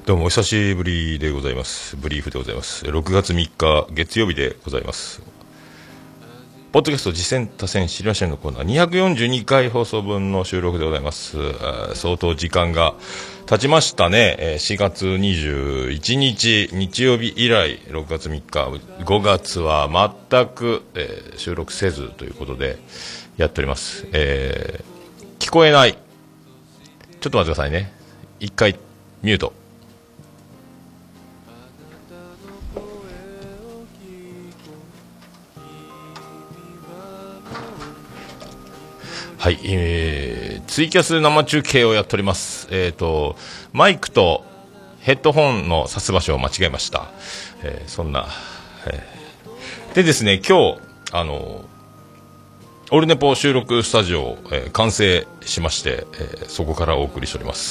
どうもお久しぶりでございます。ブリーフでございます。6月3日月曜日でございます。ポッドキャスト次戦多戦知りませんのコーナー242回放送分の収録でございます。相当時間が経ちましたね。4月21日日曜日以来6月3日5月は全く、収録せずということでやっております。聞こえない、ちょっと待ってくださいね。一回ミュート。はい、ツイキャス生中継をやっております。マイクとヘッドホンの挿す場所を間違えました。そんな、でですね、今日オルネポ収録スタジオ、完成しまして、そこからお送りしております。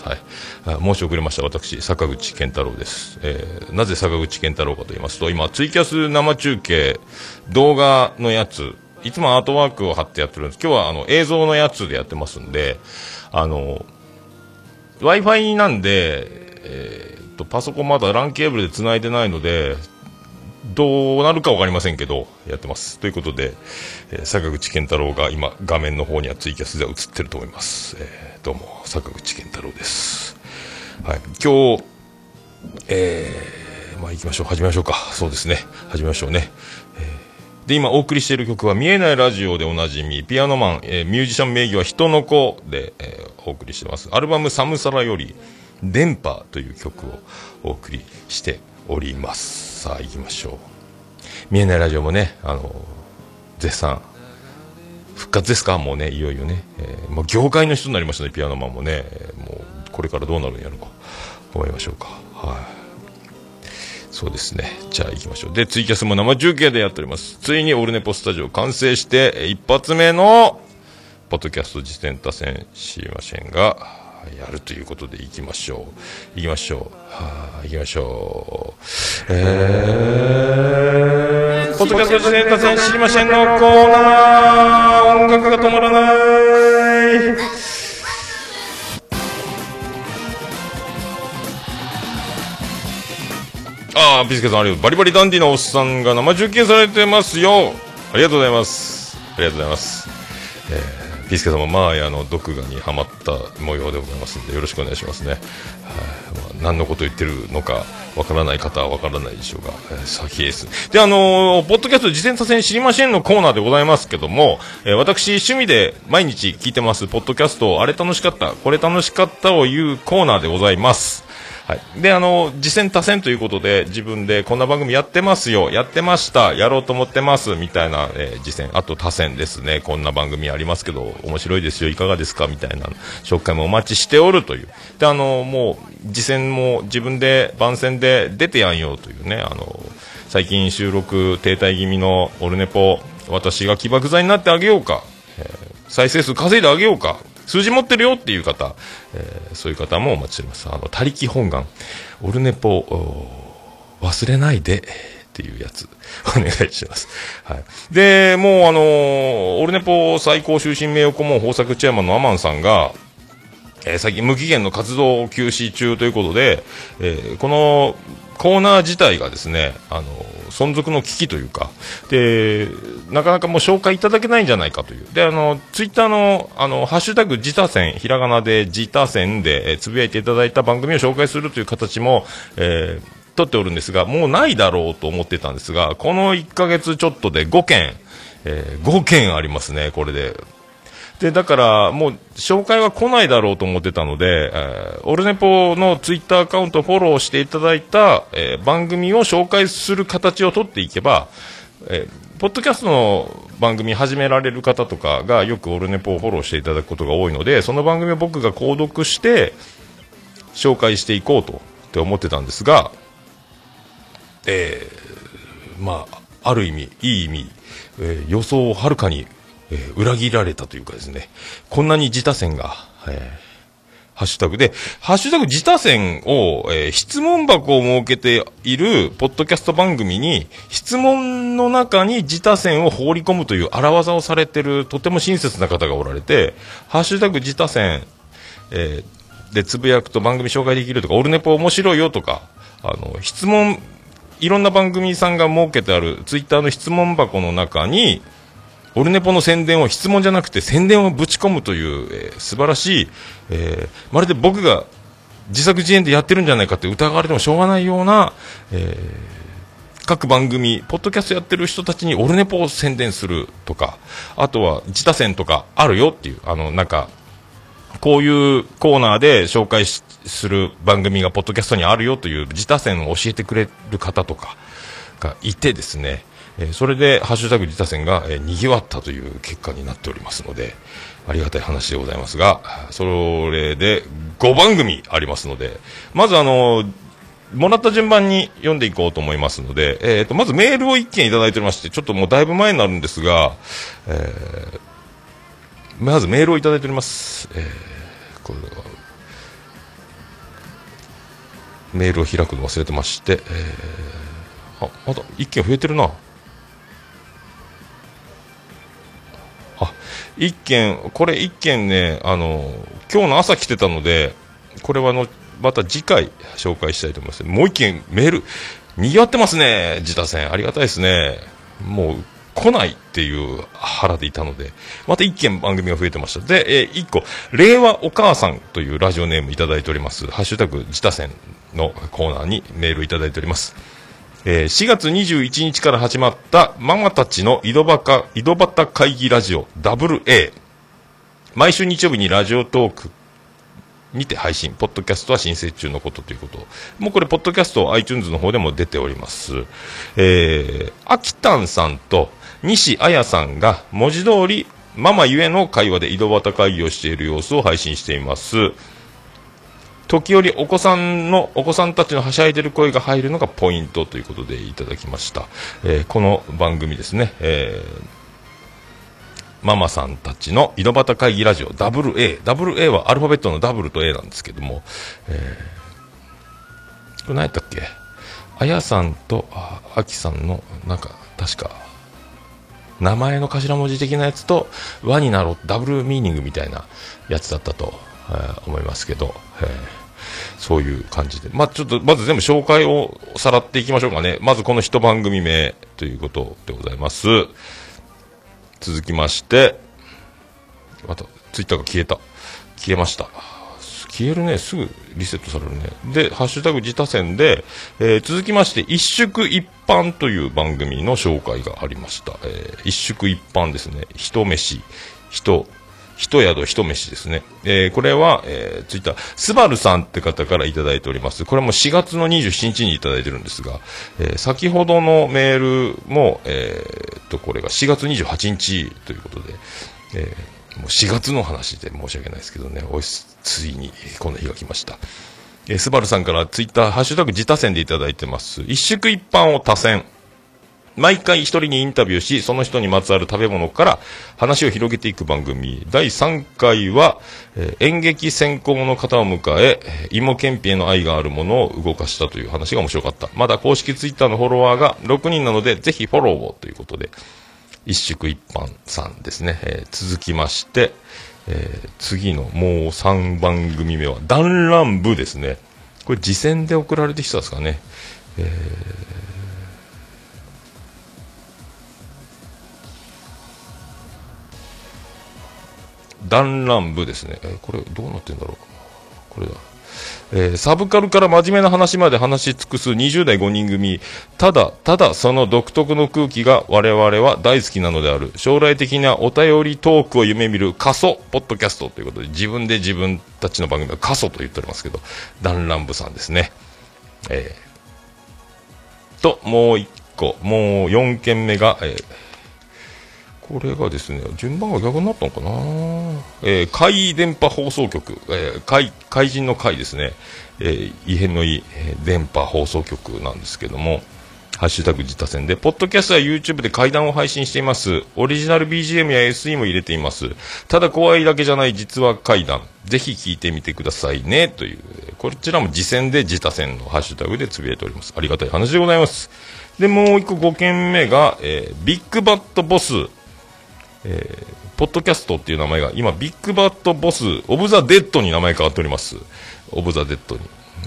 はい、申し遅れました。私坂口健太郎です。なぜ坂口健太郎かと言いますと、今ツイキャス生中継動画のやつ、いつもアートワークを貼ってやってるんです。今日は映像のやつでやってますんで、Wi-Fi なんで、パソコンまだ LAN ケーブルで繋いでないので、どうなるかわかりませんけど、やってます。ということで、坂口健太郎が今、画面の方にはツイキャスでは映ってると思います。どうも、坂口健太郎です。はい、今日、行きましょう。始めましょうか。そうですね。始めましょうね。で、今お送りしている曲は見えないラジオでおなじみピアノマン、ミュージシャン名義は人の子で、お送りしてます。アルバムサムサラより電波という曲をお送りしております。さあ行きましょう。見えないラジオもね、絶賛復活ですか。もうね、いよいよね、もう業界の人になりましたね。ピアノマンもね、もうこれからどうなるんやろうか思いましょうか。はい、そうですね。じゃあ行きましょう。で、ツイキャスも生中継でやっております。ついにオルネポスタジオ完成して一発目のポッドキャスト次戦多戦知りませんがやるということで行きましょう。行きましょう。行きましょう。ポッドキャスト次戦多戦知りませんのコーナー、音楽が止まらない。ピスケさんありがとう。バリバリダンディのおっさんが生中継されてますよ。ありがとうございます。ありがとうございます。ピスケさんもマーヤの毒画にハマった模様でございますのでよろしくお願いしますね。何のこと言ってるのかわからない方はわからないでしょうが、先です。で、ポッドキャスト次戦多戦知りませんのコーナーでございますけども、私趣味で毎日聞いてますポッドキャスト、あれ楽しかった、これ楽しかったを言うコーナーでございます。はい、で、次戦多戦ということで自分でこんな番組やってますよ、やってました、やろうと思ってますみたいな、次戦、あと多戦ですね、こんな番組ありますけど面白いですよ、いかがですかみたいな紹介もお待ちしておるという。で、もう次戦も自分で番宣で出てやんよというね、最近収録停滞気味のオルネポ、私が起爆剤になってあげようか、再生数稼いであげようか、数字持ってるよっていう方、そういう方もお待ちしております。他力本願オルネポ忘れないでっていうやつお願いします。はい、でもうオルネポ最高終身名誉顧問豊作チェアマンのアマンさんが、最近無期限の活動休止中ということで、このコーナー自体がですね、存続の危機というかで、なかなかもう紹介いただけないんじゃないかという。で、ツイッターのハッシュタグ自他戦、ひらがなで自他戦で、つぶやいていただいた番組を紹介するという形も、取っておるんですが、もうないだろうと思ってたんですが、この1ヶ月ちょっとで5件、5件ありますね、これで。で、だからもう紹介は来ないだろうと思ってたので、オルネポのツイッターアカウントをフォローしていただいた、番組を紹介する形を取っていけば、ポッドキャストの番組始められる方とかがよくオルネポをフォローしていただくことが多いので、その番組を僕が購読して紹介していこうとって思ってたんですが、ある意味いい意味、予想をはるかに裏切られたというかですね、こんなに自他戦が、ハッシュタグで、ハッシュタグ自他戦を、質問箱を設けているポッドキャスト番組に質問の中に自他戦を放り込むという荒技をされているとても親切な方がおられて、ハッシュタグ自他戦、 でつぶやくと番組紹介できるとか、オルネポ面白いよとか、質問、いろんな番組さんが設けてあるツイッターの質問箱の中に、オルネポの宣伝を、質問じゃなくて宣伝をぶち込むという、素晴らしい、まるで僕が自作自演でやってるんじゃないかって疑われてもしょうがないような、各番組、ポッドキャストやってる人たちにオルネポを宣伝するとか、あとは自他戦とかあるよっていう、なんか、こういうコーナーで紹介する番組がポッドキャストにあるよという自他戦を教えてくれる方とかがいてですね、それでハッシュタグ自他戦が、賑わったという結果になっておりますので、ありがたい話でございますが、それで5番組ありますので、まずもらった順番に読んでいこうと思いますので、まずメールを1件いただいておりまして、ちょっともうだいぶ前になるんですが、まずメールをいただいております。これはメールを開くの忘れてまして、まだ1件増えてるな。これ1件ね、今日の朝来てたので、これはまた次回紹介したいと思います。もう1件メール、賑わってますね、自他戦。ありがたいですね。もう、来ないっていう腹でいたので、また1件番組が増えてました。で、1個、令和お母さんというラジオネームいただいております。ハッシュタグ自他戦のコーナーにメールいただいております。4月21日から始まったママたちの井戸端会議ラジオ WA。毎週日曜日にラジオトークにて配信。ポッドキャストは申請中のことということ。もうこれ、ポッドキャスト iTunes の方でも出ております。アキタンさんと西彩さんが文字通りママゆえの会話で井戸端会議をしている様子を配信しています。時折お子さんたちのはしゃいでる声が入るのがポイントということでいただきました。この番組ですね、ママさんたちの井戸端会議ラジオ WA はアルファベットの W と A なんですけども、これ何やったっけ、あやさんとあきさんのなんか確か名前の頭文字的なやつと輪になろうダブルミーニングみたいなやつだったと、思いますけど、そういう感じで、ちょっとまず全部紹介をさらっていきましょうかね。まずこの一番組名ということでございます。続きまして、またツイッターが消えました。消えるね、すぐリセットされるね。で、ハッシュタグ自他戦で、続きまして一宿一飯という番組の紹介がありました。一宿一飯ですね。一飯一宿一飯ですね。これは、ツイッタースバルさんって方からいただいております。これも4月の27日にいただいてるんですが、先ほどのメールもこれが4月28日ということで、もう4月の話で申し訳ないですけどね、ついにこの日が来ました。スバルさんからツイッターハッシュタグ自他戦でいただいてます。一宿一飯を多選。毎回一人にインタビューし、その人にまつわる食べ物から話を広げていく番組。第3回は、演劇専攻の方を迎え、芋けんぴへの愛があるものを動かしたという話が面白かった。まだ公式ツイッターのフォロワーが6人なので、ぜひフォローをということで、一宿一飯さんですね。続きまして、次のもう3番組目は、団らん部ですね。これ、次戦で送られてきたんですかね。団らん部ですね。これどうなってんだろう。これだ。サブカルから真面目な話まで話し尽くす20代5人組。ただその独特の空気が我々は大好きなのである。将来的なお便りトークを夢見る過疎ポッドキャストということで、自分で自分たちの番組は過疎と言っておりますけど、団らん部さんですね。もう一個、もう4件目が、これがですね、順番が逆になったのかな。怪電波放送局、怪人の怪ですね。異変のいい電波放送局なんですけども、ハッシュタグ自他戦で、ポッドキャストや YouTube で怪談を配信しています。オリジナル BGM や SE も入れています。ただ怖いだけじゃない実は怪談。ぜひ聞いてみてくださいね。という、こちらも自戦で自他戦のハッシュタグでつぶやいております。ありがたい話でございます。で、もう一個5件目が、ビッグバットボス。 ポッドキャストっていう名前が、今、ビッグバットボス、オブザ・デッドに名前変わっております。オブザ・デッドに。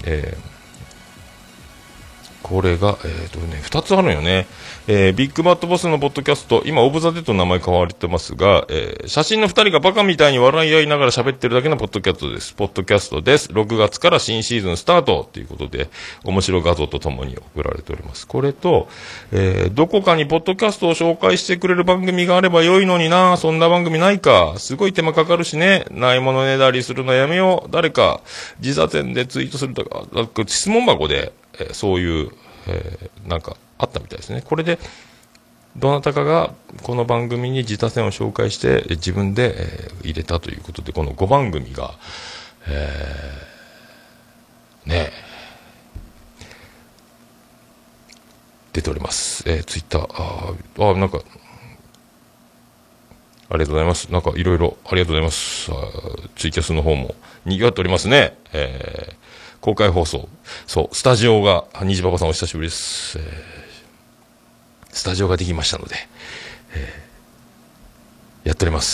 これが、2つあるんよね。ビッグバットボスのポッドキャスト、今、オブザ・デッドの名前変わってますが、写真の2人がバカみたいに笑い合いながら喋ってるだけのポッドキャストです。ポッドキャストです。6月から新シーズンスタートということで、面白画像とともに送られております。これと、どこかにポッドキャストを紹介してくれる番組があれば良いのにな、そんな番組ないか。すごい手間かかるしね。ないものねだりするのやめよう。誰か、自殺点でツイートするとか、質問箱で、そういう、なんかあったみたいですね。これでどなたかがこの番組に自他戦を紹介して自分で、入れたということで、この5番組が、ね出ております。ツイッターなんかありがとうございます。なんかいろいろありがとうございます。ツイキャスの方も賑わっておりますね。公開放送。そう、スタジオが、虹パパさんお久しぶりです。スタジオができましたので、やっております。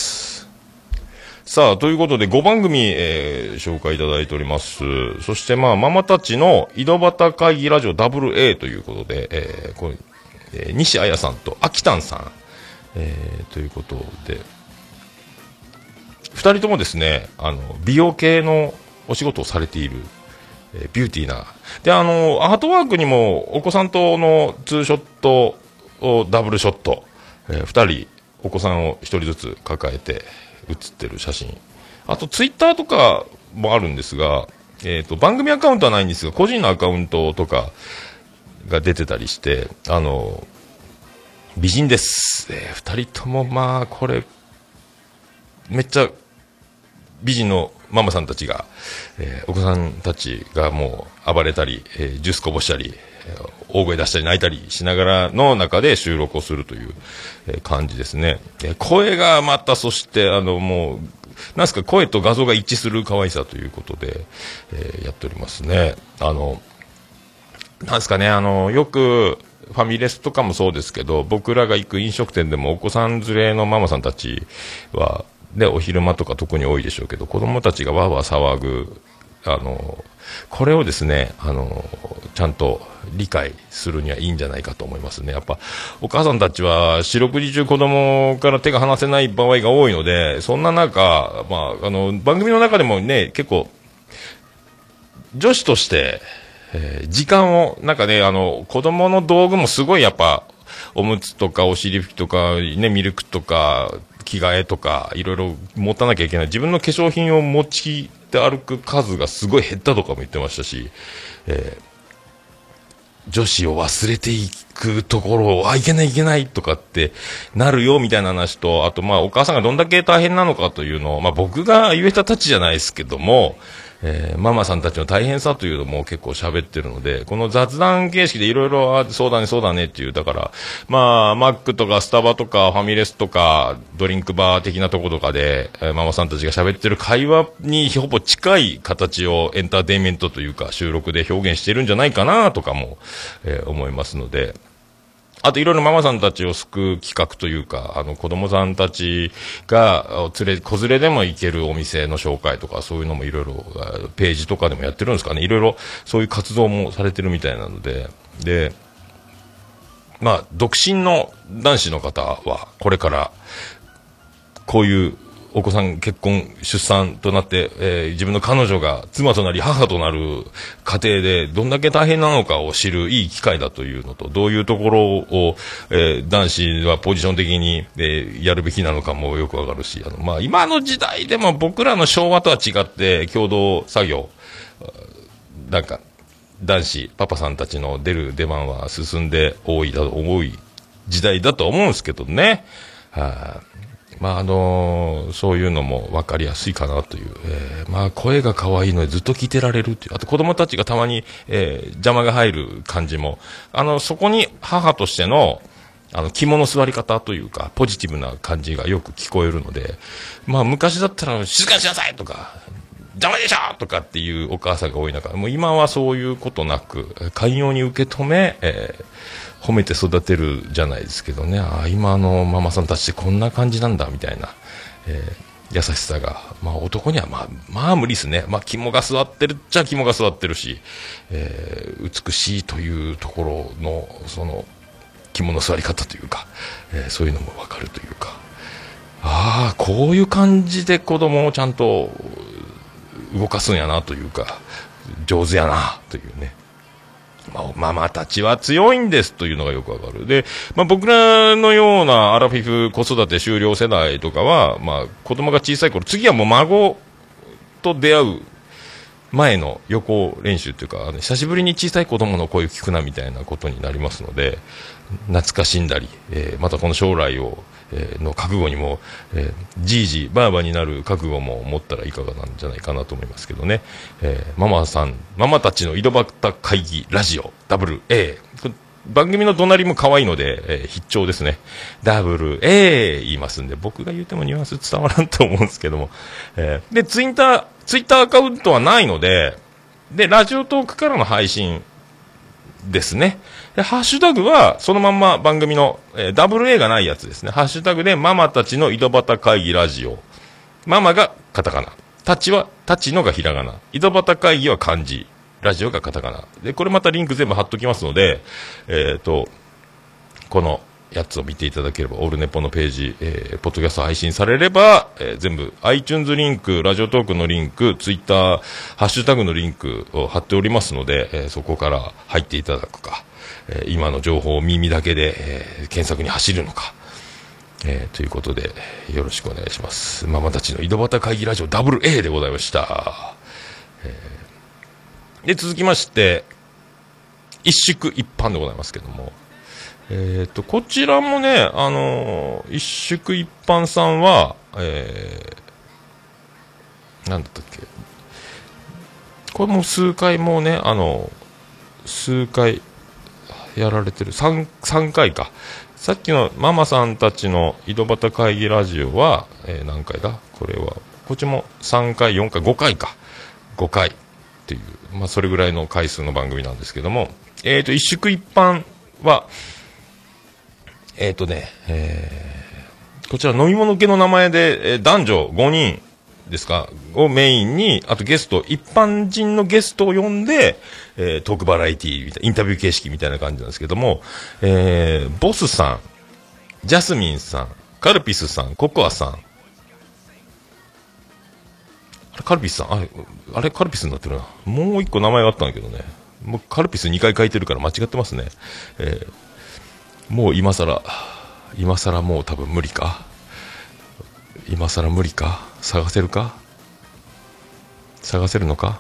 さあ、ということで5番組、紹介いただいております。そしてママたちの井戸端会議ラジオ WA ということで、これ西彩さんと秋丹さん、ということで、2人ともですね、美容系のお仕事をされている、ビューティーな。で、アートワークにも、お子さんとのツーショットをダブルショット、2人、お子さんを1人ずつ抱えて写ってる写真。あと、ツイッターとかもあるんですが、番組アカウントはないんですが、個人のアカウントとかが出てたりして、美人です。2人とも、これ、めっちゃ、美人のママさんたちが、お子さんたちがもう暴れたり、ジュースこぼしたり、大声出したり泣いたりしながらの中で収録をするという、感じですね。声がまた、そしてもうなんすか、声と画像が一致する可愛さということで、やっておりますね。なんすかね、よくファミレスとかもそうですけど、僕らが行く飲食店でもお子さん連れのママさんたちはで、お昼間とか特に多いでしょうけど、子供たちがわーわー騒ぐ、これをですね、ちゃんと理解するにはいいんじゃないかと思いますね。やっぱ、お母さんたちは四六時中子供から手が離せない場合が多いので、そんな中、番組の中でもね、結構、女子として、時間を、なんかね、子供の道具もすごいやっぱ、おむつとかお尻拭きとか、ね、ミルクとか、着替えとかいろいろ持たなきゃいけない、自分の化粧品を持ちて歩く数がすごい減ったとかも言ってましたし、女子を忘れていくところをいけないいけないとかってなるよみたいな話と、あとお母さんがどんだけ大変なのかというのを、僕が言えたたちじゃないですけども、ママさんたちの大変さというのも結構喋ってるので、この雑談形式でいろいろ、そうだねそうだねっていう、だからマックとかスタバとかファミレスとかドリンクバー的なところとかで、ママさんたちが喋ってる会話にほぼ近い形をエンターテインメントというか収録で表現してるんじゃないかなとかも、思いますので、あといろいろママさんたちを救う企画というか、子供さんたちが子連れでも行けるお店の紹介とか、そういうのもいろいろページとかでもやってるんですかね。いろいろそういう活動もされてるみたいなので、で、独身の男子の方はこれからこういうお子さん結婚出産となって、自分の彼女が妻となり母となる家庭でどんだけ大変なのかを知るいい機会だというのと、どういうところを、男子はポジション的に、やるべきなのかもよくわかるし、今の時代でも僕らの昭和とは違って共同作業、なんか男子パパさんたちの出る出番は進んで多い時代だと思うんですけどね。そういうのも分かりやすいかなという、声が可愛いのでずっと聞いてられるっていう、あと子供たちがたまに、邪魔が入る感じも、そこに母としての肝の座り方というかポジティブな感じがよく聞こえるので、昔だったら静かにしなさいとか邪魔でしょとかっていうお母さんが多い中、もう今はそういうことなく、寛容に受け止め、褒めて育てるじゃないですけどね、今のママさんたちってこんな感じなんだ、みたいな、優しさが、まあ男にはまあ無理ですね。まあ肝が据わってるっちゃ肝が据わってるし、美しいというところの、その、肝の据わり方というか、そういうのもわかるというか、こういう感じで子供をちゃんと動かすんやなというか、上手やなというね。ママたちは強いんですというのがよくわかる。で、僕らのようなアラフィフ子育て終了世代とかは、子供が小さい頃、次はもう孫と出会う前の予行練習というか、久しぶりに小さい子供の声を聞くなみたいなことになりますので、懐かしんだり、またこの将来を、の覚悟にも、じいじばあばになる覚悟も持ったらいかがなんじゃないかなと思いますけどね。ママたちの井戸端会議ラジオ WA、 番組の隣も可愛いので、必聴ですね。WA 言いますんで、僕が言ってもニュアンス伝わらんと思うんですけども、でツイッターアカウントはないので、ラジオトークからの配信ですね。でハッシュタグはそのまんま番組の、WA がないやつですね。ハッシュタグでママたちの井戸端会議ラジオ、ママがカタカナ、タチのがひらがな、井戸端会議は漢字、ラジオがカタカナで、これまたリンク全部貼っときますので、このやつを見ていただければ、オールネポのページ、ポッドキャスト配信されれば、全部 iTunes リンク、ラジオトークのリンク、ツイッターハッシュタグのリンクを貼っておりますので、そこから入っていただくか、今の情報を耳だけで、検索に走るのか、ということでよろしくお願いします。ママたちの井戸端会議ラジオ WA でございました。で続きまして一宿一般でございますけども、こちらもね、一宿一般さんは、なんだったっけ、これも数回もうね、数回やられてる、3回か。さっきのママさんたちの井戸端会議ラジオは、何回だこれは。こっちも3回、4回、5回か。5回っていう、それぐらいの回数の番組なんですけども、一宿一般は、こちら飲み物系の名前で、男女5人ですかをメインに、あとゲスト、一般人のゲストを呼んで、トークバラエティーみたいな、インタビュー形式みたいな感じなんですけども、ボスさん、ジャスミンさん、カルピスさん、ココアさん、カルピスさん、あれカルピスになってるな。もう一個名前があったんだけどね。もうカルピス2回書いてるから間違ってますね。もう今更もう多分無理か。今更無理か。探せるのか。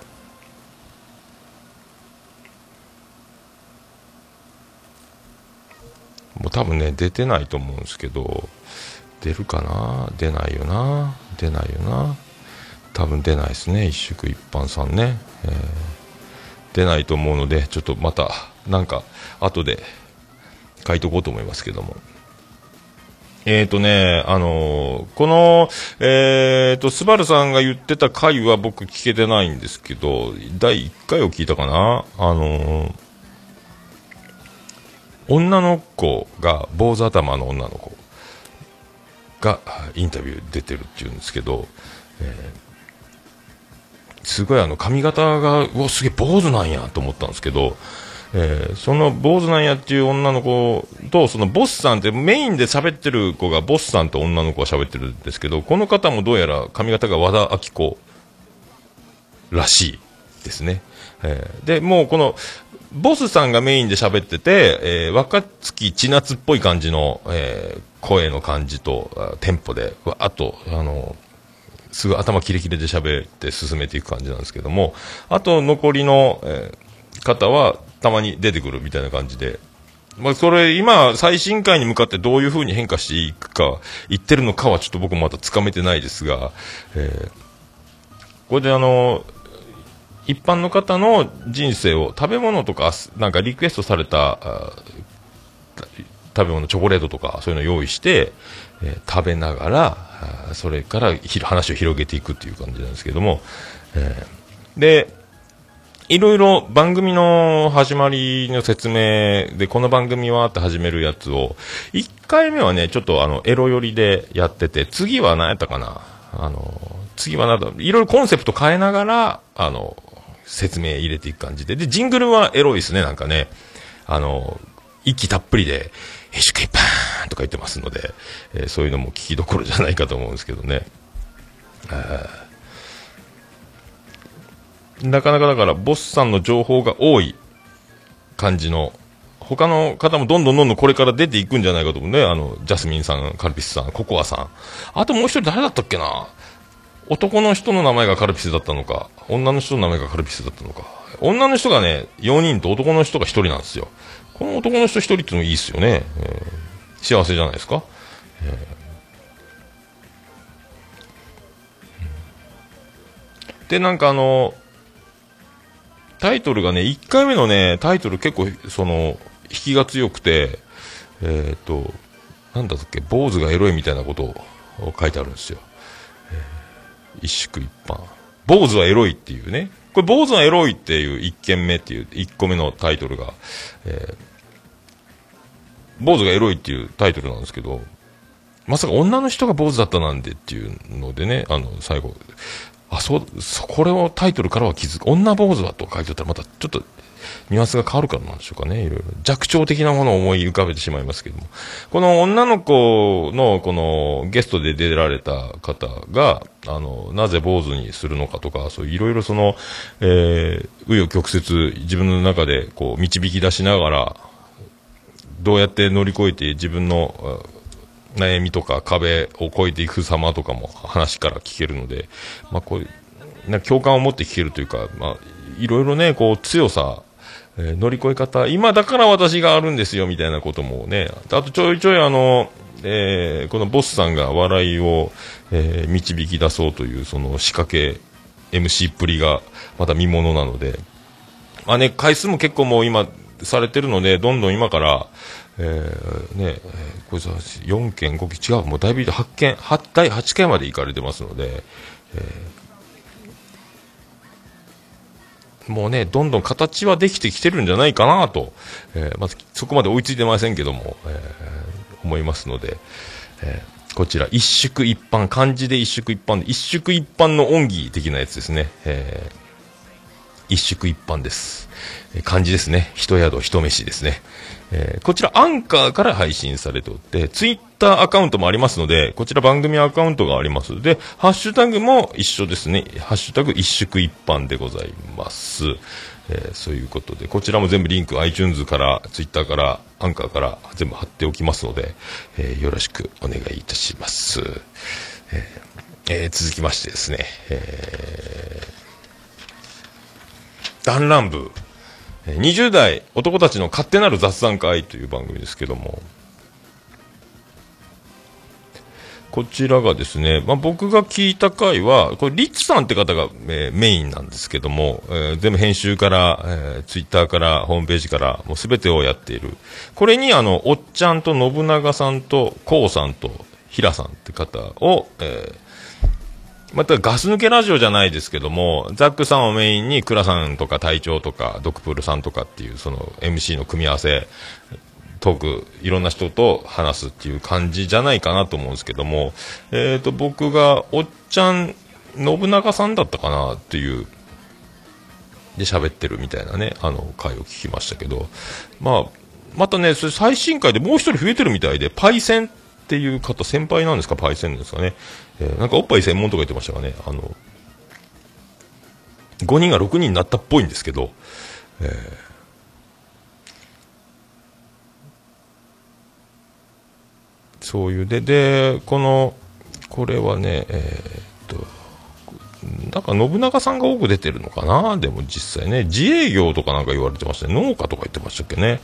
もう多分ね出てないと思うんですけど、出るかな。出ないよな。多分出ないですね。一宿一般さんね、出ないと思うので、ちょっとまたなんか後で書いとこうと思いますけども、このスバルさんが言ってた回は僕聞けてないんですけど、第1回を聞いたかな。女の子が、坊主頭の女の子がインタビュー出てるっていうんですけど、すごい髪型がすげえ坊主なんやと思ったんですけど、その坊主なんやっていう女の子と、そのボスさんってメインで喋ってる子がボスさんと女の子が喋ってるんですけど、この方もどうやら髪型が和田アキ子らしいですね。でもうこのボスさんがメインで喋ってて、若槻千夏っぽい感じの、声の感じとテンポで、あとすぐ頭キレキレで喋って進めていく感じなんですけども、あと残りの、方はたまに出てくるみたいな感じで、それ今最新回に向かってどういう風に変化していくか言ってるのかはちょっと僕もまだつかめてないですが、これで一般の方の人生を、食べ物とかなんかリクエストされた食べ物、チョコレートとかそういうのを用意して、食べながらそれから話を広げていくっていう感じなんですけども、 で、いろいろ番組の始まりの説明で、この番組はって始めるやつを、1回目はね、ちょっとエロ寄りでやってて、次は何やったかな、次はなんだ、いろいろコンセプト変えながら、説明入れていく感じで、で、ジングルはエロいですね、なんかね、息たっぷりで、シュクイパーンとか言ってますので、そういうのも聞きどころじゃないかと思うんですけどね。なかなかだからボスさんの情報が多い感じの、他の方もどんどんこれから出ていくんじゃないかと思うね。ジャスミンさん、カルピスさん、ココアさん、あともう一人誰だったっけな、男の人の名前がカルピスだったのか、女の人の名前がカルピスだったのか、女の人がね4人と男の人が1人なんですよ。この男の人1人っていうのもいいですよね、幸せじゃないですか。で、なんかタイトルがね、1回目のね、タイトル結構、引きが強くて、なんだっけ、坊主がエロいみたいなことを書いてあるんですよ。一宿一般。坊主はエロいっていうね。これ、坊主はエロいっていう1件目っていう、1個目のタイトルが、坊主がエロいっていうタイトルなんですけど、まさか女の人が坊主だったなんでっていうのでね、最後、これをタイトルからは気づく。女坊主だと書いてあったらまたちょっとニュアンスが変わるからなんでしょうかね。いろいろ弱聴的なものを思い浮かべてしまいますけども。この女の子のこのゲストで出られた方が、なぜ坊主にするのかとか、そういろいろ紆余曲折自分の中でこう導き出しながら、どうやって乗り越えて自分の悩みとか壁を越えていく様とかも話から聞けるので、まあ、こういう共感を持って聞けるというか、まあ、いろいろね、こう強さ、乗り越え方、今だから私があるんですよみたいなこともね、あとちょいちょいこのボスさんが笑いを、導き出そうというその仕掛け MC っぷりがまた見ものなので、まあね、回数も結構もう今されてるので、どんどん今からこれさ4件5件違う、もうだいぶ8件第8回まで行かれてますので、もうねどんどん形はできてきてるんじゃないかなと、まずそこまで追いついてませんけども、思いますので、こちら一宿一般、漢字で一宿一般で一宿一般の恩義的なやつですね、一宿一般です。漢字ですね。一宿一飯ですね。こちらアンカーから配信されておって、ツイッターアカウントもありますので、こちら番組アカウントがあります。で、ハッシュタグも一緒ですね。ハッシュタグ一宿一般でございます。そういうことで、こちらも全部リンク iTunes から、ツイッターから、アンカーから全部貼っておきますので、よろしくお願いいたします。続きましてですね、弾丸部20代男たちの勝手なる雑談会という番組ですけども、こちらがですね、まあ、僕が聞いた回はこれリッツさんって方が、メインなんですけども、全部編集から、ツイッターからホームページからもう全てをやっている。これにおっちゃんと信長さんとコウさんと平さんって方を、またガス抜けラジオじゃないですけども、ザックさんをメインにクラさんとか隊長とかドクプルさんとかっていうその MC の組み合わせ、トークいろんな人と話すっていう感じじゃないかなと思うんですけども、僕がおっちゃん信長さんだったかなっていうで喋ってるみたいなね、回を聞きましたけど、またね、それ最新回でもう一人増えてるみたいで、パイセンっていう方、先輩なんですか、パイセンですかね、なんかおっぱい専門とか言ってましたがね、5人が6人になったっぽいんですけど、そういうでこれはね、なんか信長さんが多く出てるのかな。でも実際ね、自営業とかなんか言われてましたね。農家とか言ってましたっけね。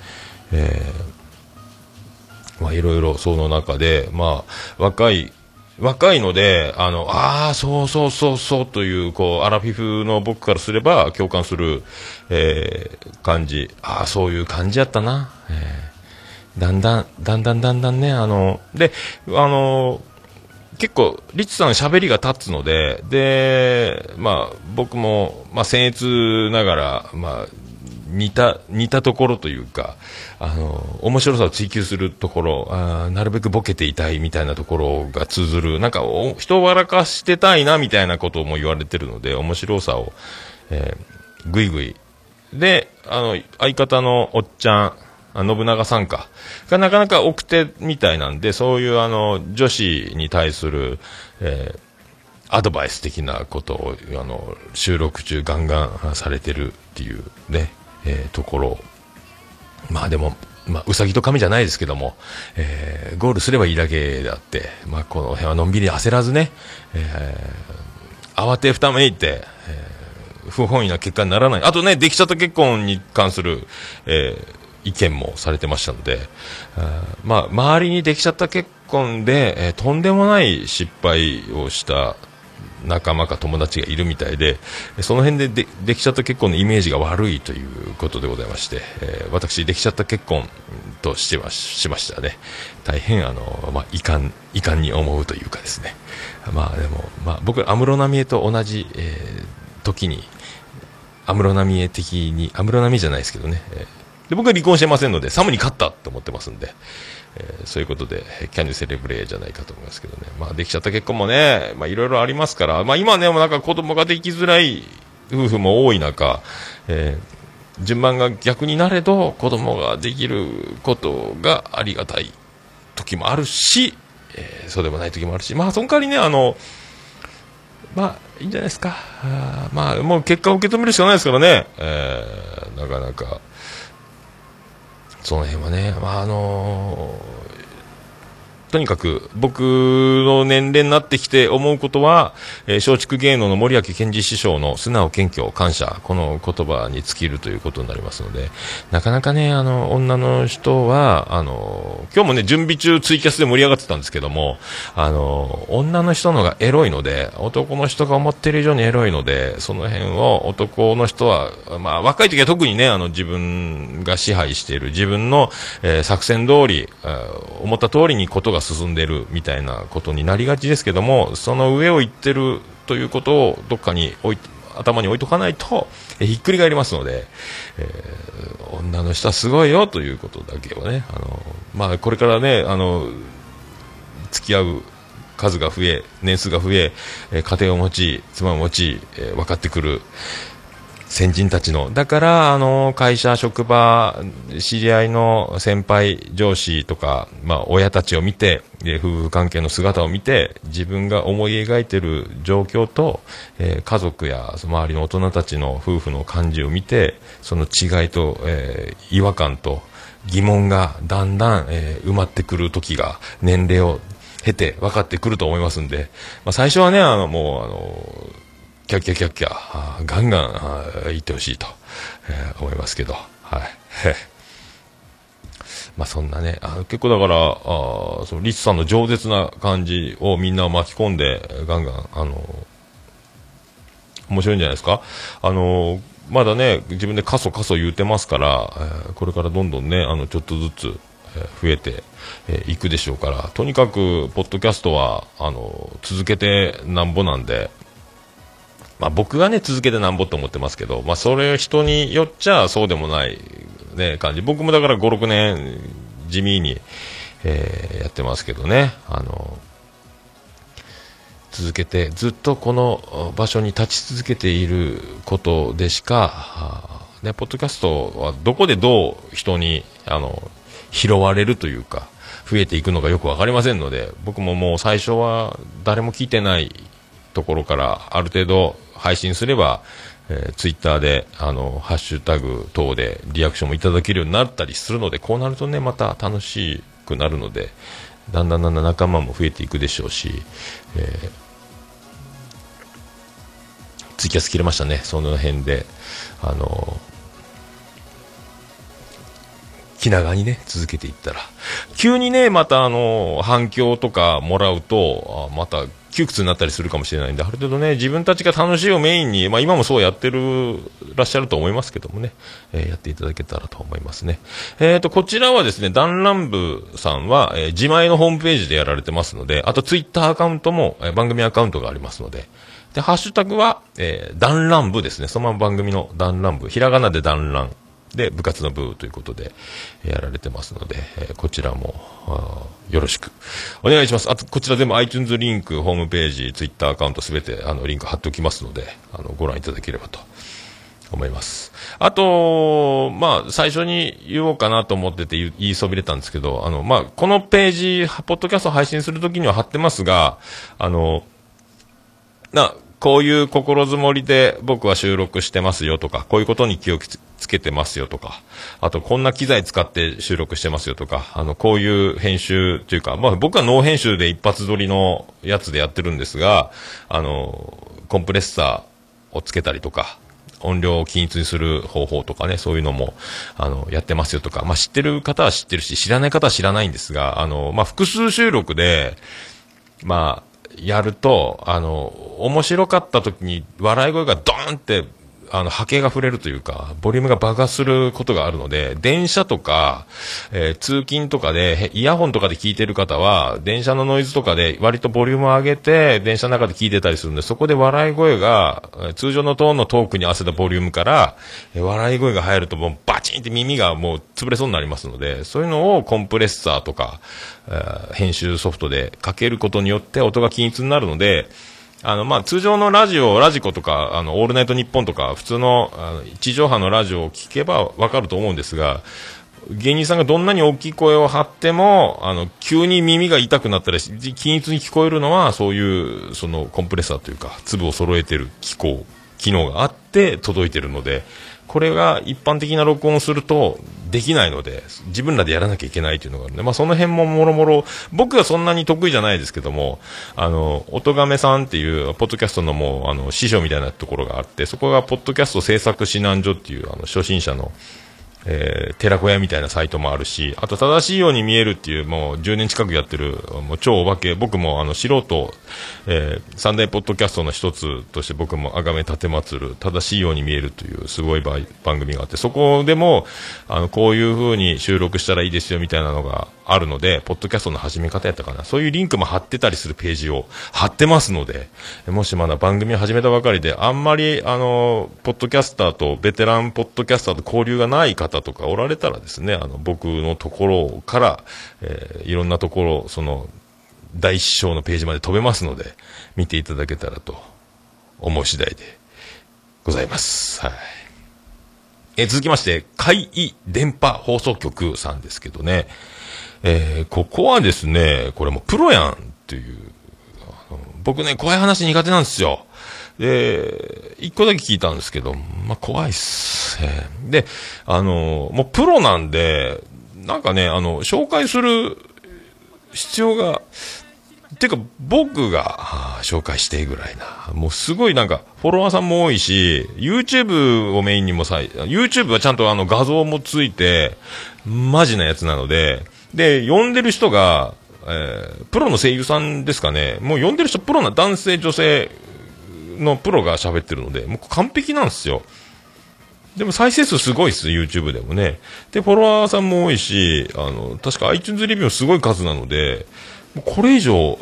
まあいろいろその中で、まあ若いので、そうそうそうそうという、こう、アラフィフの僕からすれば共感する、感じ。そういう感じやったな。だんだんね、で、 結構リッツさん喋りが立つので、で、まあ僕も、まあ僭越ながら、まあ似たところというか、面白さを追求するところ、なるべくボケていたいみたいなところが通ずる、なんか人を笑かしてたいなみたいなことも言われてるので、面白さを、ぐいぐい。で、相方のおっちゃん、信長さんか。がなかなか奥手みたいなんで、そういう女子に対する、アドバイス的なことを、収録中ガンガンされてるっていうね、ところ。まあでも、まあ、うさぎと亀じゃないですけども、ゴールすればいいだけであって、まあこの辺はのんびり焦らずね、慌てふためいて、不本意な結果にならない。あとね、できちゃった結婚に関する、意見もされてましたので、まあ、周りにできちゃった結婚で、とんでもない失敗をした仲間か友達がいるみたいで、その辺でできちゃった結婚のイメージが悪いということでございまして、私、できちゃった結婚としましたね。大変、まあ、遺憾に思うというかですね。まあ、でも、まあ、僕、安室奈美恵と同じ、時に、安室奈美恵的に、安室奈美恵じゃないですけどね、で僕は離婚してませんので、サムに勝ったと思ってますんで、そういうことで、キャニュセレブレーじゃないかと思いますけどね。まあ、できちゃった結婚もね、まあ、いろいろありますから、まあ、今ね、もうなんか子供ができづらい夫婦も多い中、順番が逆になれど、子供ができることがありがたい時もあるし、そうでもない時もあるし、まあ、その代わりね、まあ、いいんじゃないですか。まあ、もう結果を受け止めるしかないですからね。なかなか、その辺はね、まあとにかく僕の年齢になってきて思うことは、松竹芸能の森脇健児師匠の素直謙虚感謝、この言葉に尽きるということになりますので、なかなかね、女の人は今日もね、準備中ツイキャスで盛り上がってたんですけども、女の人のがエロいので、男の人が思ってる以上にエロいので、その辺を男の人は、まあ若い時は特にね、自分が支配している自分の、作戦通り、思った通りにことが進んでいるみたいなことになりがちですけども、その上を行ってるということをどっかに頭に置いとかないと、ひっくり返りますので、女の人はすごいよということだけはね、まあこれからね、付き合う数が増え、年数が増え、家庭を持ち、妻を持ち、分かってくる先人たちの、だから会社、職場、知り合いの先輩、上司とか、まあ親たちを見て、夫婦関係の姿を見て、自分が思い描いている状況と、家族や周りの大人たちの夫婦の感じを見て、その違いと、違和感と疑問がだんだん、埋まってくる時が年齢を経て分かってくると思いますんで、まあ、最初はね、もうキャッキャキャッキャガンガン言ってほしいと、思いますけど、はい。まあそんなね、結構だからそのリツさんの饒舌な感じをみんな巻き込んでガンガン面白いんじゃないですか。まだね自分でカソ言うてますから、これからどんどんねちょっとずつ増えていくでしょうから、とにかくポッドキャストは続けてなんぼなんで。まあ僕がね続けてなんぼと思ってますけど、まあそれ人によっちゃそうでもないね感じ。僕もだから5、6年地味に、やってますけどね、続けてずっとこの場所に立ち続けていることでしか、ね、ポッドキャストはどこでどう人に拾われるというか増えていくのかよくわかりませんので、僕ももう最初は誰も聞いてないところからある程度配信すれば、ツイッターでハッシュタグ等でリアクションもいただけるようになったりするので、こうなるとねまた楽しくなるので、だんだん仲間も増えていくでしょうし、ツイキャス切れましたね。その辺で気長にね続けていったら、急にねまた反響とかもらうとまた窮屈になったりするかもしれないんで、ある程度ね、自分たちが楽しいをメインに、まあ今もそうやってらっしゃると思いますけどもね、やっていただけたらと思いますね。こちらはですね、弾丸部さんは、自前のホームページでやられてますので、あとツイッターアカウントも、番組アカウントがありますので、で、ハッシュタグは、弾丸部ですね。そのまま番組の弾丸部。ひらがなで弾丸。で、部活の部ということで、やられてますので、こちらも、よろしくお願いします。あと、こちら全部 iTunes リンク、ホームページ、Twitter アカウントすべて、リンク貼っておきますので、ご覧いただければと思います。あと、まあ、最初に言おうかなと思ってて言いそびれたんですけど、まあ、このページ、ポッドキャストを配信するときには貼ってますが、こういう心づもりで僕は収録してますよとか、こういうことに気をつけてますよとか、あとこんな機材使って収録してますよとか、こういう編集というか、まあ僕はノー編集で一発撮りのやつでやってるんですが、コンプレッサーをつけたりとか、音量を均一にする方法とかね、そういうのも、やってますよとか、まあ知ってる方は知ってるし、知らない方は知らないんですが、まあ複数収録で、まあ、やると、面白かった時に笑い声がドーンって、波形が触れるというか、ボリュームが爆発することがあるので、電車とか、通勤とかで、イヤホンとかで聞いてる方は、電車のノイズとかで割とボリュームを上げて、電車の中で聞いてたりするんで、そこで笑い声が、通常のトーンのトークに合わせたボリュームから、笑い声が入るともうバチンって耳がもう潰れそうになりますので、そういうのをコンプレッサーとか、編集ソフトでかけることによって音が均一になるので、まあ、通常のラジコとか、オールナイトニッポンとか、普通の、地上波のラジオを聞けばわかると思うんですが、芸人さんがどんなに大きい声を張っても、急に耳が痛くなったり、均一に聞こえるのは、そういう、その、コンプレッサーというか、粒を揃えてる機能があって届いてるので、これが一般的な録音をするとできないので、自分らでやらなきゃいけないというのがあるので、まあその辺ももろもろ、僕はそんなに得意じゃないですけども、音亀さんっていう、ポッドキャストのもう、師匠みたいなところがあって、そこがポッドキャスト制作指南所っていう、初心者の、寺子屋みたいなサイトもあるし、あと正しいように見えるっていう、もう10年近くやってる、もう超お化け、僕も素人、三大ポッドキャストの一つとして僕も崇め立てまつる、正しいように見えるというすごい番組があって、そこでも、こういう風に収録したらいいですよみたいなのがあるので、ポッドキャストの始め方やったかな。そういうリンクも貼ってたりするページを貼ってますので、もしまだ番組を始めたばかりで、あんまり、ポッドキャスターとベテランポッドキャスターと交流がない方とかおられたらですね、僕のところから、いろんなところ、その、大師匠のページまで飛べますので、見ていただけたらと思う次第でございます。はい。続きまして、海域電波放送局さんですけどね、ここはですね、これもプロやんっていう、僕ね、怖い話苦手なんですよ。で、一個だけ聞いたんですけど、まあ、怖いっす。で、もうプロなんで、なんかね、紹介する必要が、てか僕が紹介してぐらいな。もうすごいなんか、フォロワーさんも多いし、YouTube をメインにもYouTube はちゃんと画像もついて、マジなやつなので、で、呼んでる人が、プロの声優さんですかね。もう呼んでる人プロな男性女性のプロが喋ってるので、もう完璧なんですよ。でも再生数すごいっす、YouTube でもね。で、フォロワーさんも多いし、確か iTunes レビューもすごい数なので、もうこれ以上、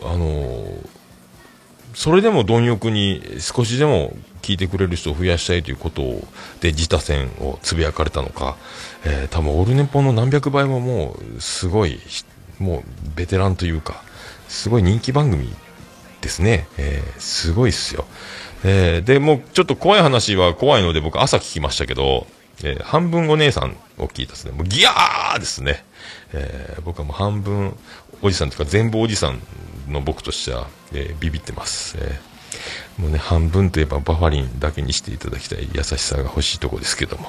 それでも貪欲に少しでも聞いてくれる人を増やしたいということで、自他戦をつぶやかれたのか、多分オルネポの何百倍ももう、すごい、もうベテランというか、すごい人気番組ですね。すごいっすよ。で、もうちょっと怖い話は怖いので僕朝聞きましたけど、半分お姉さんを聞いたですね。もうギャーですね。僕はもう半分おじさんというか全部おじさんの僕としては、ビビってます。もうね、半分といえばバファリンだけにしていただきたい優しさが欲しいところですけども。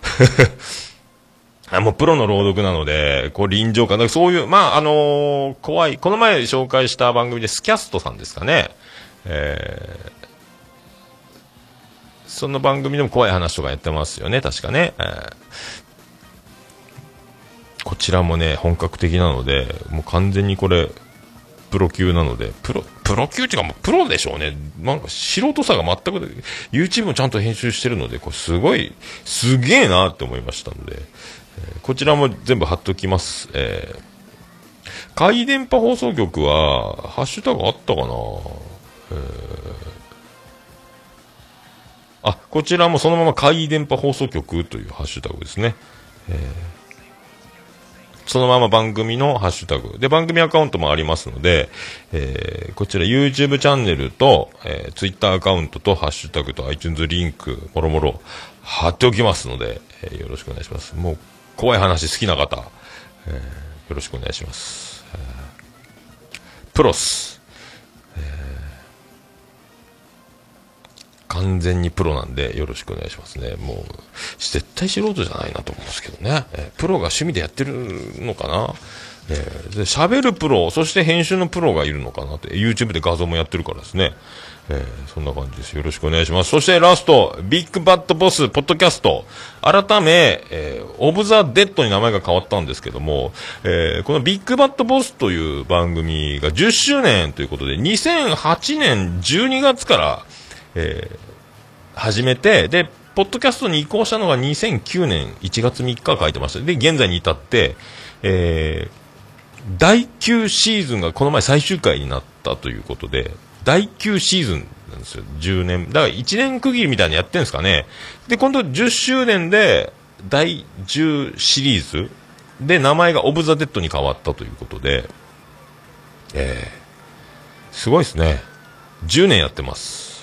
もうプロの朗読なので、こう臨場感、そういう、まあ、怖い、この前紹介した番組でスキャストさんですかね。その番組でも怖い話とかやってますよね、確かね。こちらもね、本格的なので、もう完全にこれ、 プロ級なので、プロ級っていうか、もうプロでしょうね。なんか素人さが全くで、YouTube もちゃんと編集してるので、これすげえなって思いましたので、こちらも全部貼っておきます。海電波放送局は、ハッシュタグあったかな。こちらもそのまま海電波放送局というハッシュタグですね。そのまま番組のハッシュタグで、番組アカウントもありますので、こちら YouTube チャンネルと、Twitter アカウントとハッシュタグと iTunes リンクもろもろ貼っておきますので、よろしくお願いします。もう怖い話好きな方、よろしくお願いします。プロス、完全にプロなんでよろしくお願いしますね。もう絶対素人じゃないなと思うんですけどね、プロが趣味でやってるのかな。で喋るプロ、そして編集のプロがいるのかなって、 YouTube で画像もやってるからですね、そんな感じです。よろしくお願いします。そしてラスト、ビッグバッドボスポッドキャスト、改め、オブザ・デッドに名前が変わったんですけども、このビッグバッドボスという番組が10周年ということで、2008年12月から、始めて、でポッドキャストに移行したのが2009年1月3日書いてました。で現在に至って、第9シーズンがこの前最終回になったということで、第9シーズンなんですよ。10年だから1年区切りみたいにやってるんですかね。で今度10周年で第10シリーズで名前がオブザ・デッドに変わったということで、すごいですね。10年やってます。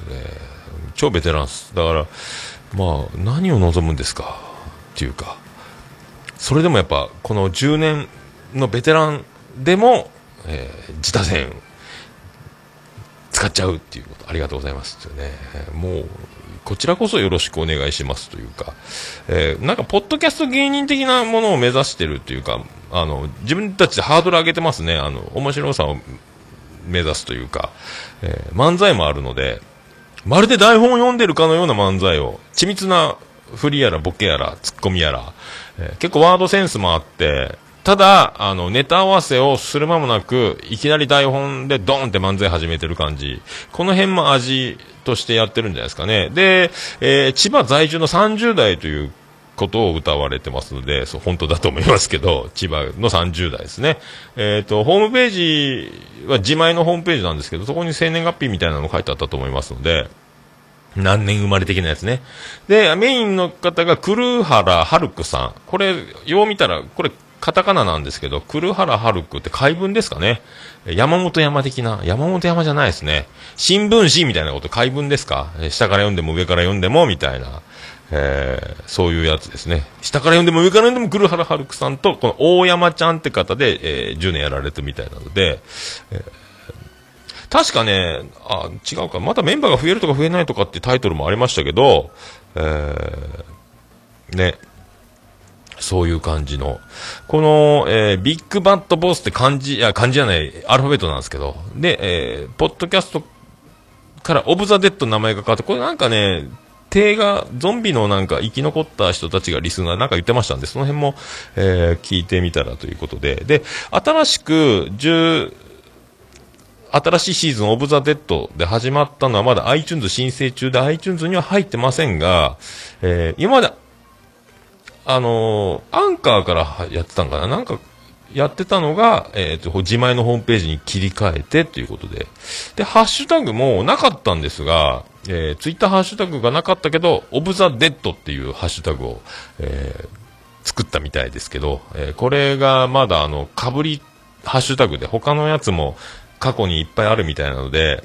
超ベテランです。だからまあ何を望むんですかっていうか、それでもやっぱこの10年のベテランでも、自他戦使っちゃうっていうこと、ありがとうございますっていうね、もうこちらこそよろしくお願いしますというか、なんかポッドキャスト芸人的なものを目指してるというか、自分たちでハードル上げてますね。面白さを目指すというか、漫才もあるので、まるで台本を読んでるかのような漫才を、緻密な振りやらボケやらツッコミやら、結構ワードセンスもあって、ただネタ合わせをする間もなくいきなり台本でドーンって漫才始めてる感じ、この辺も味としてやってるんじゃないですかね。で、千葉在住の30代ということを歌われてますので、本当だと思いますけど、千葉の30代ですね。ホームページは自前のホームページなんですけど、そこに生年月日みたいなの書いてあったと思いますので、何年生まれ的なやつね。で、メインの方が栗原はるくさん。これ、よう見たら、これ、カタカナなんですけど、栗原はるくって解文ですかね。山本山的な、山本山じゃないですね。新聞紙みたいなこと、解文ですか。下から読んでも上から読んでも、みたいな。そういうやつですね。下から読んでも上から読んでも栗原はるくさんと、この大山ちゃんって方で、10年やられてるみたいなので、確かね、違うか、またメンバーが増えるとか増えないとかってタイトルもありましたけど、ね、そういう感じの、この、ビッグバッドボスって漢字じゃない、アルファベットなんですけど、で、ポッドキャストからオブザ・デッドの名前が変わって、これなんかね、ゾンビのなんか生き残った人たちがリスナーなんか言ってましたんで、その辺も、聞いてみたらということで、で、新しいシーズンオブザ・デッドで始まったのはまだ iTunes 申請中で iTunes には入ってませんが、今までアンカーからやってたんかな、なんかやってたのが、自前のホームページに切り替えてということで、でハッシュタグもなかったんですが、ツイッターハッシュタグがなかったけどオブザ・デッドっていうハッシュタグを、作ったみたいですけど、これがまだかぶりハッシュタグで他のやつも過去にいっぱいあるみたいなので、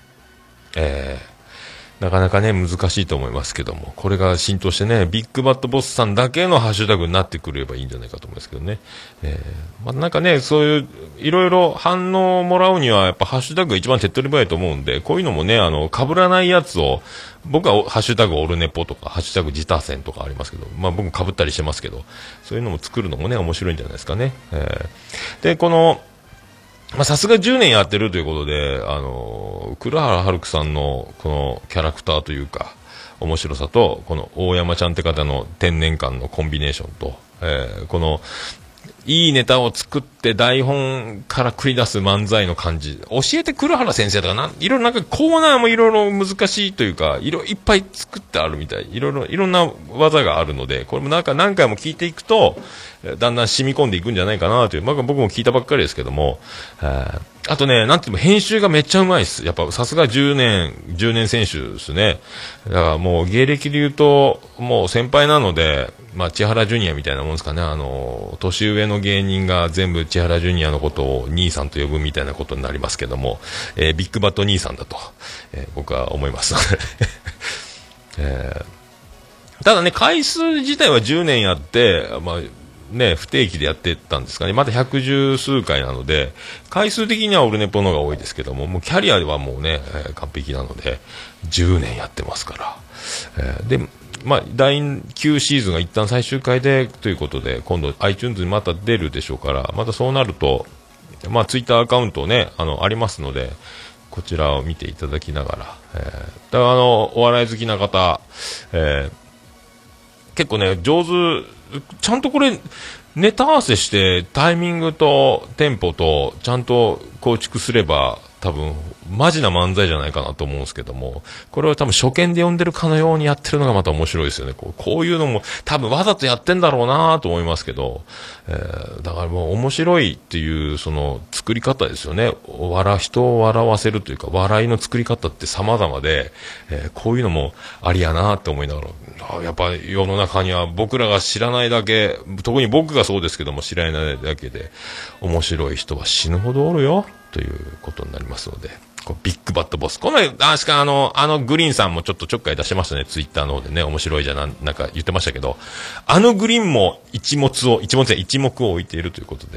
なかなかね難しいと思いますけども、これが浸透してね、ビッグバッドボスさんだけのハッシュタグになってくればいいんじゃないかと思いますけどね。なんかね、そういういろいろ反応をもらうにはやっぱハッシュタグが一番手っ取り早いと思うんで、こういうのもね被らないやつを、僕はハッシュタグオルネポとかハッシュタグ自他戦とかありますけど、僕も被ったりしてますけど、そういうのも作るのもね面白いんじゃないですかね。でこのさすが10年やってるということで、栗原はるくさんのこのキャラクターというか面白さと、この大山ちゃんって方の天然感のコンビネーションと、このいいネタを作っって台本から繰り出す漫才の感じ、教えて栗原先生とかいろいろなんかコーナーもいろいろ難しいというか、いっぱい作ってあるみたい、いろんな技があるので、これもなんか何回も聞いていくとだんだん染み込んでいくんじゃないかなという、僕も聞いたばっかりですけども、あとね、なんていうも編集がめっちゃうまいです。やっぱさすが10年選手ですね。だからもう芸歴で言うともう先輩なので、千原ジュニアみたいなもんですかね。年上の芸人が全部千原ジュニアのことを兄さんと呼ぶみたいなことになりますけども、ビッグバット兄さんだと、僕は思います。ただね、回数自体は10年やって、不定期でやってたんですかね。まだ110数回なので、回数的にはオルネポの方が多いですけども、もうキャリアはもうね、完璧なので、10年やってますから。で、第9シーズンが一旦最終回でということで、今度 iTunes にまた出るでしょうから、またそうなると、ツイッターアカウントね、ありますので、こちらを見ていただきながら、だからお笑い好きな方、結構ね、上手、ちゃんとこれ、ネタ合わせして、タイミングとテンポと、ちゃんと構築すれば、多分、マジな漫才じゃないかなと思うんですけども、これは多分初見で読んでるかのようにやってるのがまた面白いですよね。こういうのも多分わざとやってんだろうなと思いますけど、だからもう面白いっていうその作り方ですよね。人を笑わせるというか、笑いの作り方って様々で、こういうのもありやなって思いながら、やっぱ世の中には僕らが知らないだけ、特に僕がそうですけども知らないだけで、面白い人は死ぬほどおるよということになりますので、ビッグバットボス。この、確かグリーンさんもちょっとちょっかい出してましたね。ツイッターの方でね、面白いじゃなんか言ってましたけど、グリーンも一目を置いているということで、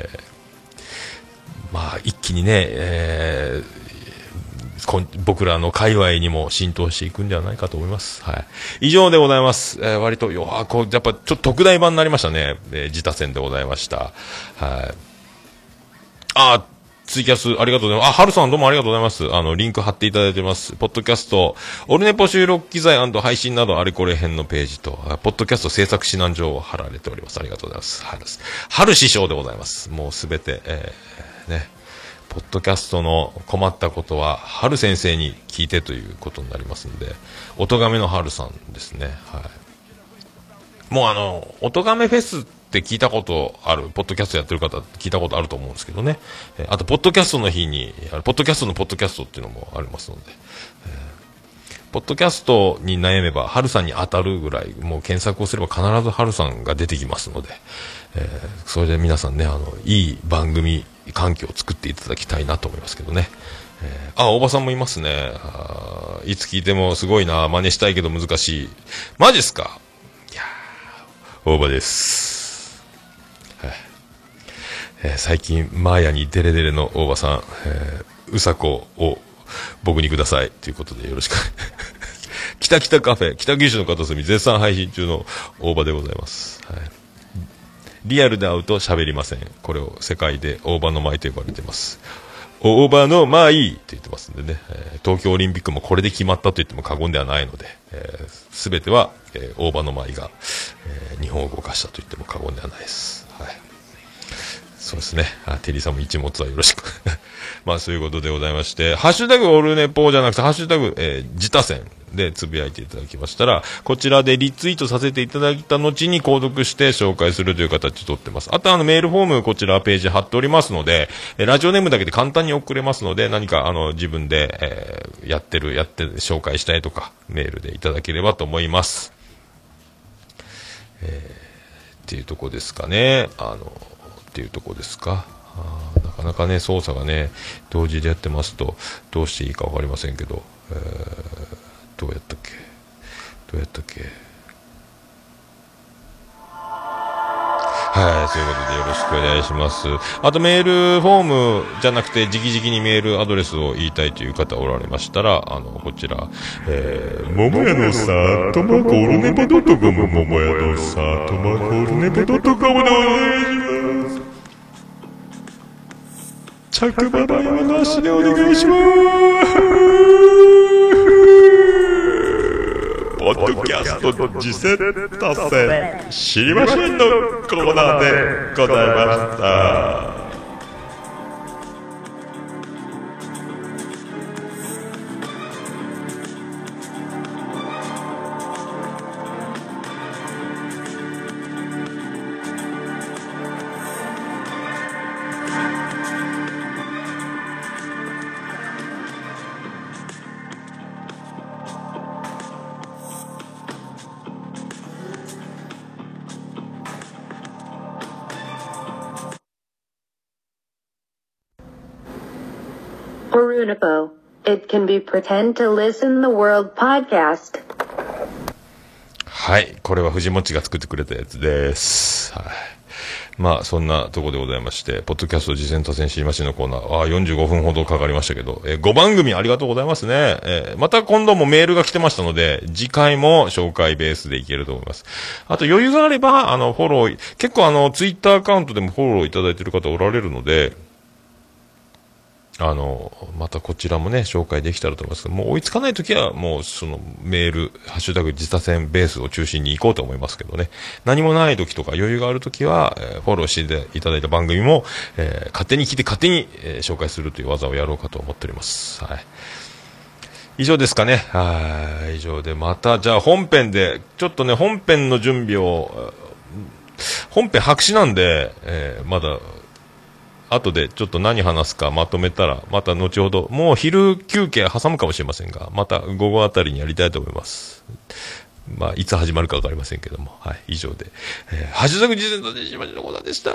一気にね、僕らの界隈にも浸透していくんではないかと思います。はい。以上でございます。割と、やっぱちょっと特大版になりましたね。自他戦でございました。はい。ツイキャス、ありがとうございます。ハルさんどうもありがとうございます。リンク貼っていただいてます。ポッドキャスト、オルネポ収録機材&配信などあれこれ編のページと、ポッドキャスト制作指南状を貼られております。ありがとうございます。春師匠でございます。もうすべて、ね、ポッドキャストの困ったことは、春先生に聞いてということになりますので、おとがめの春さんですね。はい。もうおとがめフェスって聞いたことある、ポッドキャストやってる方聞いたことあると思うんですけどね。あと、ポッドキャストの日に、ポッドキャストのポッドキャストっていうのもありますので、ポッドキャストに悩めば、春さんに当たるぐらい、もう検索をすれば必ず春さんが出てきますので、それで皆さんね、いい番組環境を作っていただきたいなと思いますけどね。大場さんもいますね。いつ聞いてもすごいな、真似したいけど難しい。マジっすか？いやー、大場です。最近マーヤにデレデレの大場さん、うさこを僕にくださいということでよろしく北カフェ北九州の片隅絶賛配信中の大場でございます、はい、リアルで会うと喋りません。これを世界で大場の舞と呼ばれています。大場の舞って言ってますんでね、東京オリンピックもこれで決まったと言っても過言ではないので、全ては、大場の舞が、日本を動かしたと言っても過言ではないです。はい。そうですね。テリーさんも一物はよろしく。そういうことでございまして、ハッシュタグオルネポじゃなくて、ハッシュタグ、自他戦でつぶやいていただきましたら、こちらでリツイートさせていただいた後に購読して紹介するという形をとってます。あとメールフォーム、こちらページ貼っておりますので、ラジオネームだけで簡単に送れますので、何か自分で、やって紹介したいとか、メールでいただければと思います。っていうとこですかね。っていうとこですか。なかなかね、操作がね、同時でやってますと、どうしていいかわかりませんけど、どうやったっけ。はい、ということでよろしくお願いします。あとメールフォームじゃなくて、直々にメールアドレスを言いたいという方おられましたら、こちら、ももやのさ、とまこオルネポドットコム、ももやのさ、とまこオルネポドットコムでお願いします。着払いはなしでお願いします。 ポッドキャスト次戦達成知りませんのコーナーでございました。 Orunipo. It can be pretend to listen the world podcast. はい。これは藤持が作ってくれたやつです。はい。まあ、そんなとこでございまして、ポッドキャスト次戦多戦知りませんのコーナー、45分ほどかかりましたけど、5番組ありがとうございますね。また今度もメールが来てましたので、次回も紹介ベースでいけると思います。あと余裕があれば、フォロー、結構ツイッターアカウントでもフォローいただいている方おられるので、またこちらもね、紹介できたらと思いますけど、もう追いつかないときは、もうそのメール、ハッシュタグ自他戦ベースを中心に行こうと思いますけどね。何もないときとか余裕があるときは、フォローしていただいた番組も、勝手に聞いて勝手に、紹介するという技をやろうかと思っております。はい。以上ですかね。はい。以上で、また、じゃあ本編で、ちょっとね、本編の準備を、本編白紙なんで、まだ、後でちょっと何話すかまとめたら、また後ほど、もう昼休憩挟むかもしれませんが、また午後あたりにやりたいと思います。まあ、いつ始まるかわかりませんけども。はい、以上で。ハッシュタグ次戦達成しましたのコーナーでした。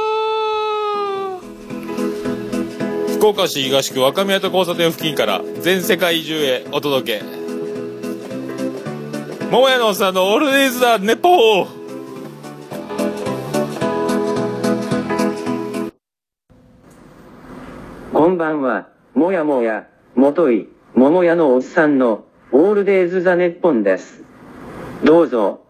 福岡市東区若宮と交差点付近から全世界中へお届け。桃屋のおっさんのオールディーズだ、ネポー。 こんばんは、もやもや、もとい、桃屋のおっさんの、オールデイズ・ザ・ネッポンです。どうぞ。